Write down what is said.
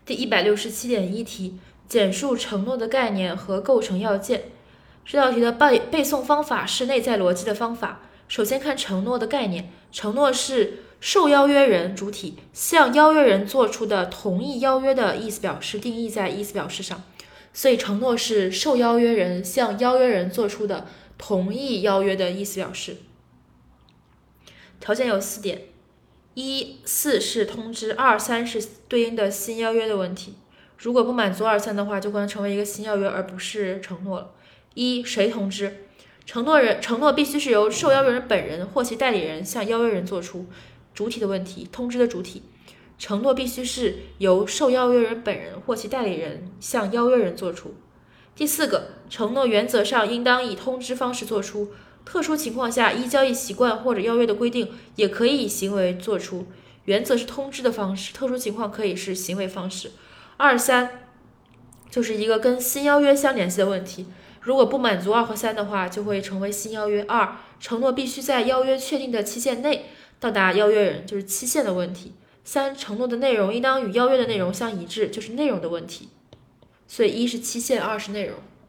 第167.1题，简述承诺的概念和构成要件。这道题的背诵方法是内在逻辑的方法。首先看承诺的概念，承诺是受邀约人主体向邀约人做出的同意邀约的意思表示，定义在意思表示上。所以承诺是受邀约人向邀约人做出的同意邀约的意思表示。条件有4点：1、4是通知，2、3是对应的新邀约的问题。如果不满足2、3的话，就可能成为一个新邀约，而不是承诺了。1、谁通知？承诺必须是由受邀约人本人或其代理人向邀约人做出，主体的问题，通知的主体。承诺必须是由受邀约人本人或其代理人向邀约人做出。第4个，承诺原则上应当以通知方式做出，特殊情况下依交易习惯或者邀约的规定，也可以以行为做出。原则是通知的方式，特殊情况可以是行为方式。2、3就是一个跟新邀约相联系的问题。如果不满足2和3的话，就会成为新邀约。2、承诺必须在邀约确定的期限内到达邀约人，就是期限的问题。3、承诺的内容应当与邀约的内容相一致，就是内容的问题。所以1是期限，2是内容。